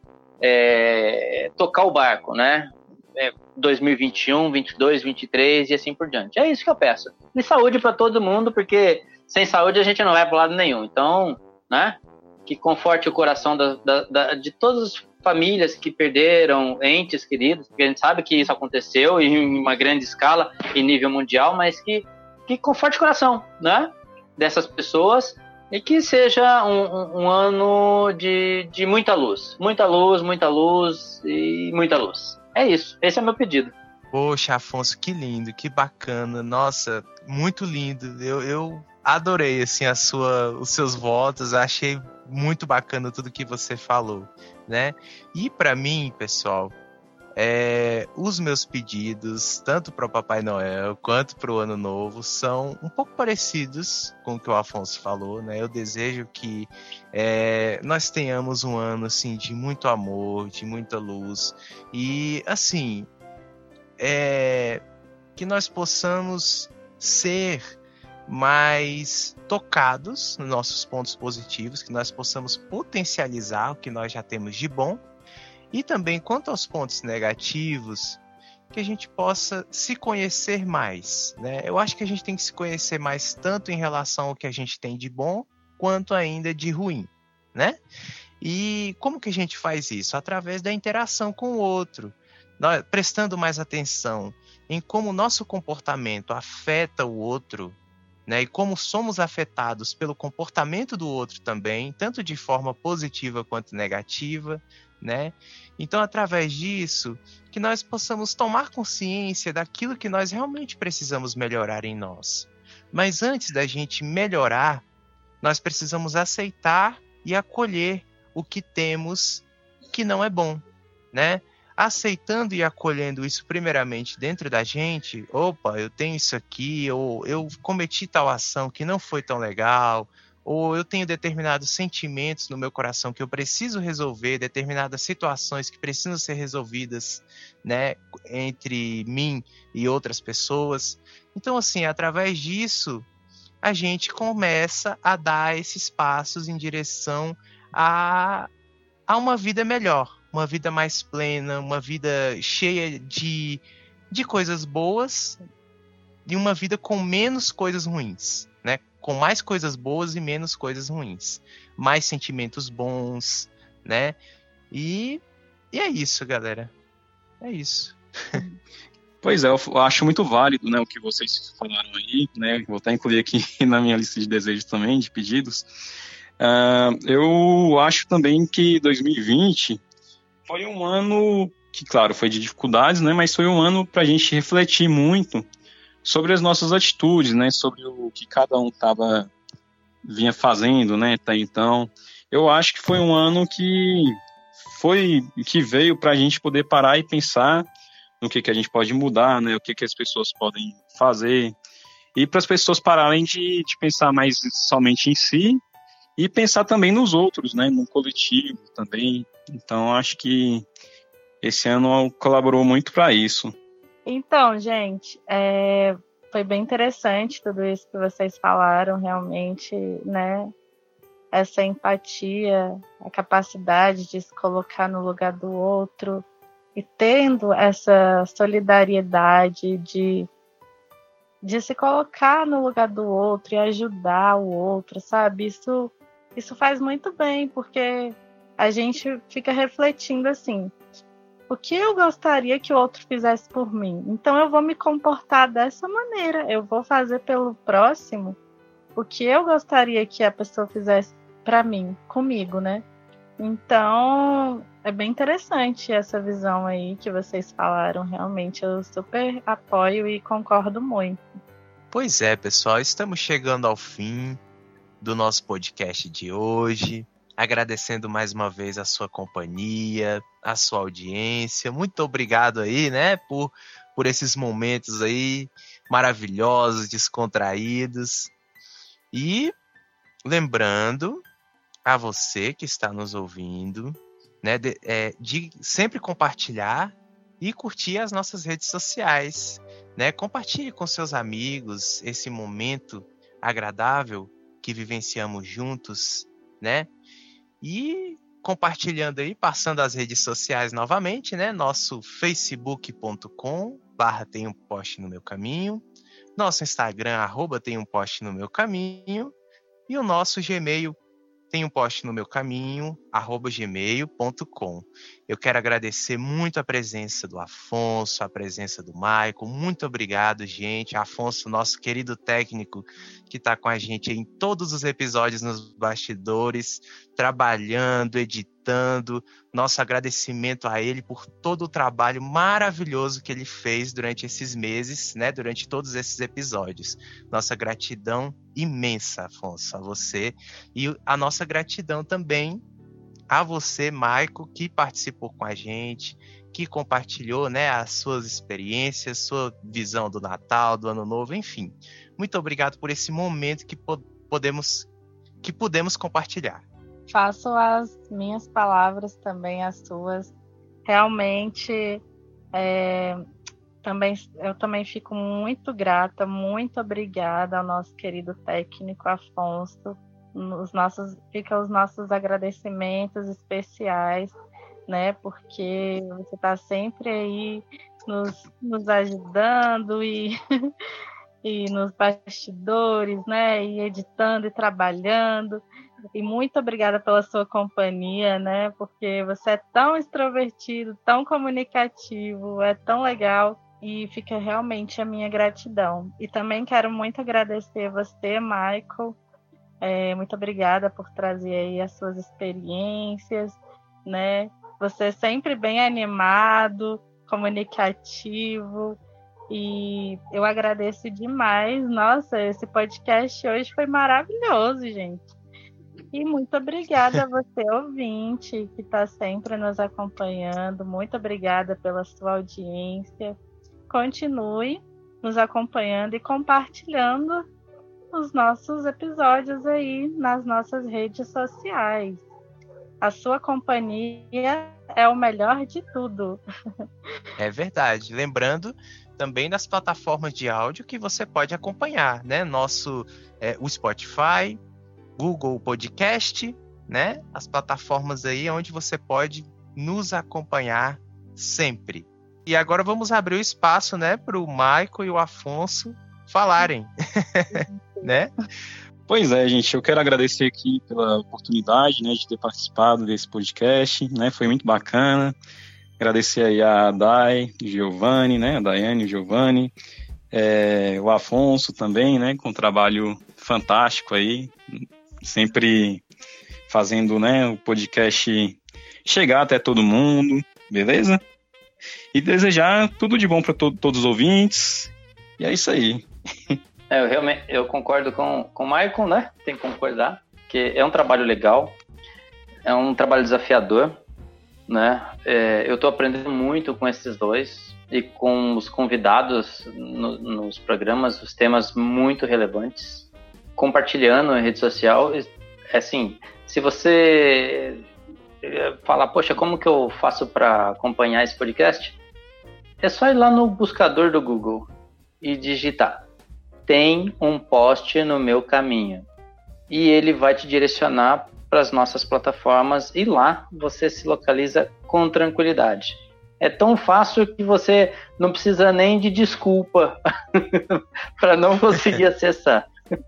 é, tocar o barco, né? É, dois mil e vinte e um, vinte e dois, vinte e três e assim por diante. É isso que eu peço. E saúde para todo mundo, porque sem saúde a gente não vai para lado nenhum. Então, né? Que conforte o coração da, da, da, de todas as famílias que perderam entes queridos, porque a gente sabe que isso aconteceu em uma grande escala, em nível mundial, mas que, que conforte o coração, né? Dessas pessoas. E que seja um, um, um ano de, de muita luz. Muita luz, muita luz e muita luz. É isso. Esse é o meu pedido. Poxa, Afonso, que lindo, que bacana. Nossa, muito lindo. Eu, eu adorei assim, a sua, os seus votos. Achei muito bacana tudo que você falou, né? E para mim, pessoal, É, os meus pedidos, tanto para o Papai Noel quanto para o Ano Novo, são um pouco parecidos com o que o Afonso falou, né? Eu desejo que é, nós tenhamos um ano assim, de muito amor, de muita luz e assim, é, que nós possamos ser mais tocados nos nossos pontos positivos, que nós possamos potencializar o que nós já temos de bom. E também, quanto aos pontos negativos, que a gente possa se conhecer mais, né? Eu acho que a gente tem que se conhecer mais tanto em relação ao que a gente tem de bom, quanto ainda de ruim, né? E como que a gente faz isso? Através da interação com o outro, nós, prestando mais atenção em como o nosso comportamento afeta o outro, né? E como somos afetados pelo comportamento do outro também, tanto de forma positiva quanto negativa, né? Então, através disso, que nós possamos tomar consciência daquilo que nós realmente precisamos melhorar em nós. Mas antes da gente melhorar, nós precisamos aceitar e acolher o que temos que não é bom, né? Aceitando e acolhendo isso primeiramente dentro da gente, opa, eu tenho isso aqui, ou eu cometi tal ação que não foi tão legal, ou eu tenho determinados sentimentos no meu coração que eu preciso resolver, determinadas situações que precisam ser resolvidas, né, entre mim e outras pessoas. Então, assim, através disso, a gente começa a dar esses passos em direção a, a uma vida melhor, uma vida mais plena, uma vida cheia de, de coisas boas e uma vida com menos coisas ruins, né? Com mais coisas boas e menos coisas ruins. Mais sentimentos bons, né? E, e é isso, galera. É isso. Pois é, eu acho muito válido, né, o que vocês falaram aí, né? Vou até incluir aqui na minha lista de desejos também, de pedidos. Uh, eu acho também que dois mil e vinte foi um ano que, claro, foi de dificuldades, né? Mas foi um ano para a gente refletir muito sobre as nossas atitudes, né? Sobre o que cada um tava, vinha fazendo, né? Até então, eu acho que foi um ano que foi que veio para a gente poder parar e pensar no que, que a gente pode mudar, né? O que, que as pessoas podem fazer e para as pessoas pararem de, de pensar mais somente em si e pensar também nos outros, né? No coletivo também. Então, acho que esse ano colaborou muito para isso. Então, gente, é, foi bem interessante tudo isso que vocês falaram, realmente, né? Essa empatia, a capacidade de se colocar no lugar do outro e tendo essa solidariedade de, de se colocar no lugar do outro e ajudar o outro, sabe? Isso, isso faz muito bem, porque a gente fica refletindo assim, o que eu gostaria que o outro fizesse por mim? Então eu vou me comportar dessa maneira. Eu vou fazer pelo próximo o que eu gostaria que a pessoa fizesse para mim, comigo, né? Então é bem interessante essa visão aí que vocês falaram. Realmente eu super apoio e concordo muito. Pois é, pessoal. Estamos chegando ao fim do nosso podcast de hoje. Agradecendo mais uma vez a sua companhia, a sua audiência. Muito obrigado aí, né, por, por esses momentos aí maravilhosos, descontraídos. E lembrando a você que está nos ouvindo, né, de, é, de sempre compartilhar e curtir as nossas redes sociais, né? Compartilhe com seus amigos esse momento agradável que vivenciamos juntos, né? E compartilhando aí, passando as redes sociais novamente, né? Nosso facebook ponto com barra tem um post no meu caminho, nosso Instagram, arroba tem um post no meu caminho, e o nosso Gmail, tem um post no meu caminho, arroba gmail ponto com. Eu quero agradecer muito a presença do Afonso, a presença do Maicon. Muito obrigado, gente. Afonso, nosso querido técnico, que está com a gente em todos os episódios nos bastidores, trabalhando, editando. Nosso agradecimento a ele por todo o trabalho maravilhoso que ele fez durante esses meses, né? Durante todos esses episódios. Nossa gratidão imensa, Afonso, a você. E a nossa gratidão também a você, Maico, que participou com a gente, que compartilhou, né, as suas experiências, sua visão do Natal, do Ano Novo, enfim. Muito obrigado por esse momento que po- podemos, que pudemos compartilhar. Faço as minhas palavras também, as suas. Realmente, é, também, eu também fico muito grata, muito obrigada ao nosso querido técnico Afonso. Os nossos, fica os nossos agradecimentos especiais, né? Porque você está sempre aí nos, nos ajudando e, e nos bastidores, né? E editando e trabalhando. E muito obrigada pela sua companhia, né? Porque você é tão extrovertido, tão comunicativo, é tão legal. E fica realmente a minha gratidão. E também quero muito agradecer você, Michael. É, muito obrigada por trazer aí as suas experiências, né? Você é sempre bem animado, comunicativo. E eu agradeço demais. Nossa, esse podcast hoje foi maravilhoso, gente. E muito obrigada a você, ouvinte, que está sempre nos acompanhando. Muito obrigada pela sua audiência. Continue nos acompanhando e compartilhando os nossos episódios aí nas nossas redes sociais. A sua companhia é o melhor de tudo. É verdade. Lembrando também das plataformas de áudio que você pode acompanhar, né? Nosso, é, o Spotify, Google Podcast, né? As plataformas aí onde você pode nos acompanhar sempre. E agora vamos abrir o espaço, né, para o Maico e o Afonso falarem, né? Pois é, gente, eu quero agradecer aqui pela oportunidade, né, de ter participado desse podcast, né? Foi muito bacana. Agradecer aí a Dai, o Giovanni, né? A Daiane, o Giovanni, é, o Afonso também, né? Com um trabalho fantástico aí, sempre fazendo, né, o podcast chegar até todo mundo, beleza? E desejar tudo de bom para to- todos os ouvintes. E é isso aí. É, eu realmente eu concordo com, com o Michael, né? Tem que concordar, que é um trabalho legal, é um trabalho desafiador, né? É, eu estou aprendendo muito com esses dois e com os convidados no, nos programas, os temas muito relevantes, compartilhando em rede social. Assim, se você falar, poxa, como que eu faço para acompanhar esse podcast? É só ir lá no buscador do Google e digitar "tem um post no meu caminho", e ele vai te direcionar para as nossas plataformas e lá você se localiza com tranquilidade. É tão fácil que você não precisa nem de desculpa para não conseguir acessar.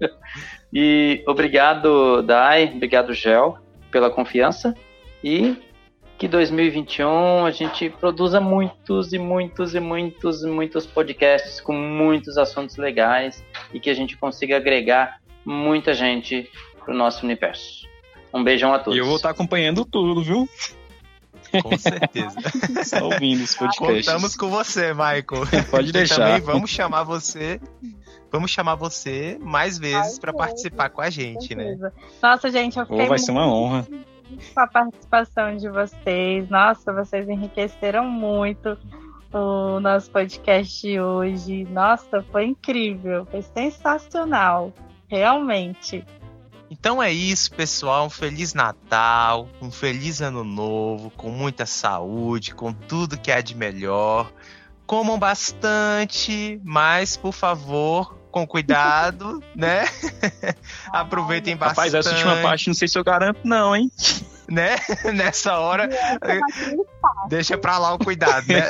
E obrigado, Dai, obrigado, Gel, pela confiança, e que dois mil e vinte e um a gente produza muitos e muitos e muitos e muitos podcasts com muitos assuntos legais e que a gente consiga agregar muita gente para o nosso universo. Um beijão a todos. E eu vou estar acompanhando tudo, viu? Com certeza. Só ouvindo os podcasts. Contamos com você, Michael. Pode deixar. E também vamos chamar você, vamos chamar você mais vezes para participar com a gente, né? Nossa, gente, eu fiquei Oh, vai ser uma honra com a participação de vocês. Nossa, vocês enriqueceram muito o nosso podcast de hoje. Nossa, foi incrível, foi sensacional, realmente. Então é isso, pessoal. Um Feliz Natal, um Feliz Ano Novo, com muita saúde, com tudo que há de melhor. Comam bastante, mas, por favor, com cuidado, né? Aproveitem bastante. Rapaz, essa última parte não sei se eu garanto não, hein? Né? Nessa hora, deixa pra lá o cuidado, né?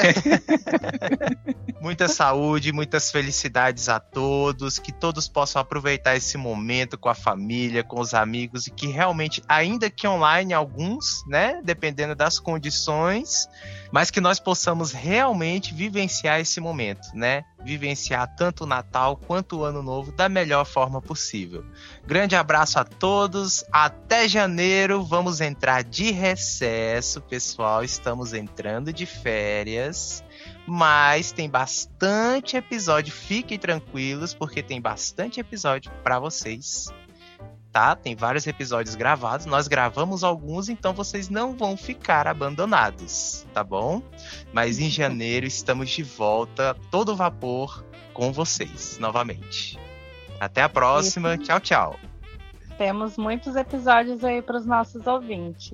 Muita saúde, muitas felicidades a todos, que todos possam aproveitar esse momento com a família, com os amigos, e que realmente, ainda que online alguns, né, dependendo das condições, mas que nós possamos realmente vivenciar esse momento, né? Vivenciar tanto o Natal quanto o Ano Novo da melhor forma possível. Grande abraço a todos, até janeiro, vamos entrar de recesso, pessoal, estamos entrando de férias, mas tem bastante episódio, fiquem tranquilos, porque tem bastante episódio para vocês tá? Tem vários episódios gravados, nós gravamos alguns, então vocês não vão ficar abandonados, tá bom? Mas em janeiro estamos de volta, todo vapor, com vocês, novamente. Até a próxima, Isso. Tchau, tchau. Temos muitos episódios aí para os nossos ouvintes.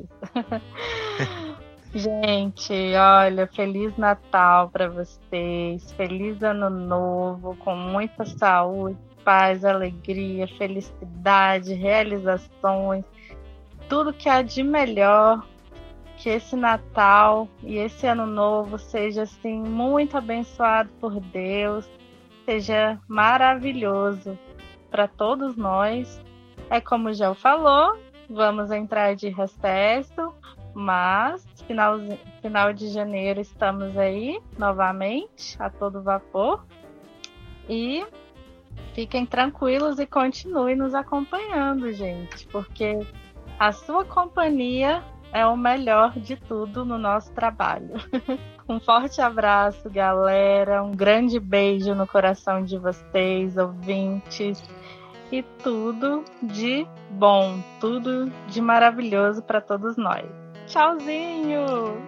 Gente, olha, Feliz Natal para vocês, Feliz Ano Novo, com muita saúde, paz, alegria, felicidade, realizações, tudo que há de melhor. Que esse Natal e esse Ano Novo seja assim muito abençoado por Deus, seja maravilhoso para todos nós. É como o Gel falou, vamos entrar de recesso, mas final, final de janeiro estamos aí novamente a todo vapor. E fiquem tranquilos e continuem nos acompanhando, gente, porque a sua companhia é o melhor de tudo no nosso trabalho. Um forte abraço, galera, um grande beijo no coração de vocês, ouvintes, e tudo de bom, tudo de maravilhoso para todos nós. Tchauzinho!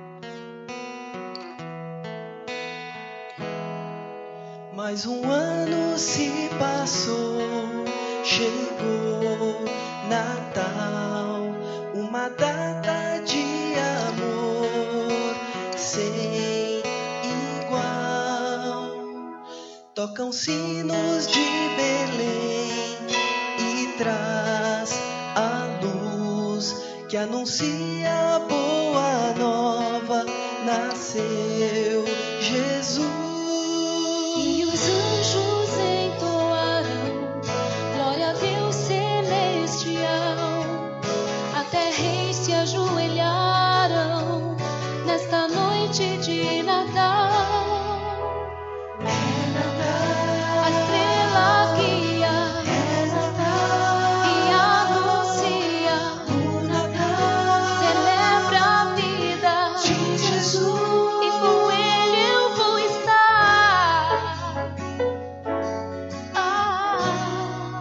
Mais um ano se passou, chegou Natal, uma data de amor sem igual. Tocam sinos de Belém e traz a luz que anuncia a boa nova, nasceu Jesus. E os anjos entoaram glória a Deus celestial, a terra se ajoelharam nesta noite de Natal. É Natal, A estrela guia é Natal, e anuncia, o Natal celebra a vida, de Jesus. e com ele eu vou estar. Ah.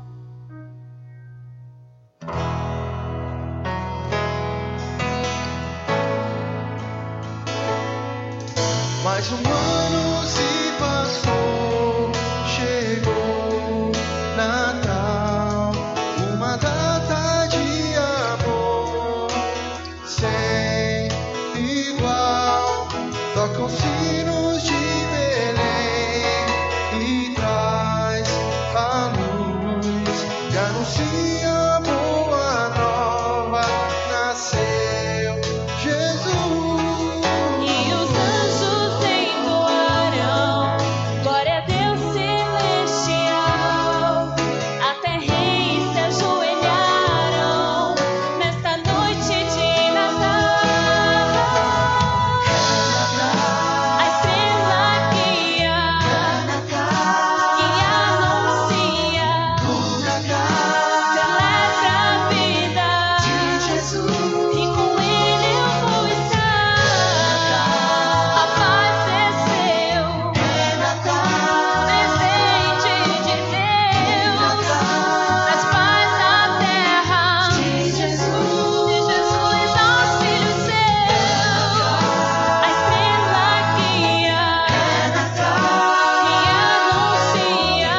Mais um ano se passou, chegou Natal, uma data de amor sem igual. Tocam sinos de Belém e traz a luz que anuncia a boa nova, nasceu Jesus. E os anjos entoaram glória a Deus celestial, a terra se ajoelharam nesta noite de Natal. A estrela guia e anuncia, celebra a vida, e com ele eu vou estar. A paz desceu, presente de Deus, traz paz à terra, de Jesus aos filhos seus. A estrela guia e anuncia,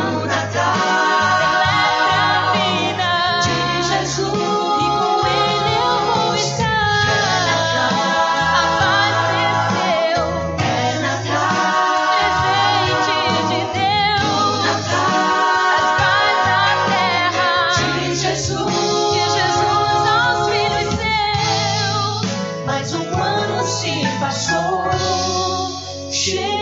celebra a vida, e com ele eu vou estar. A paz desceu, presente de Deus, traz paz à terra, de Jesus aos filhos seus. Mais um ano se passou, chegou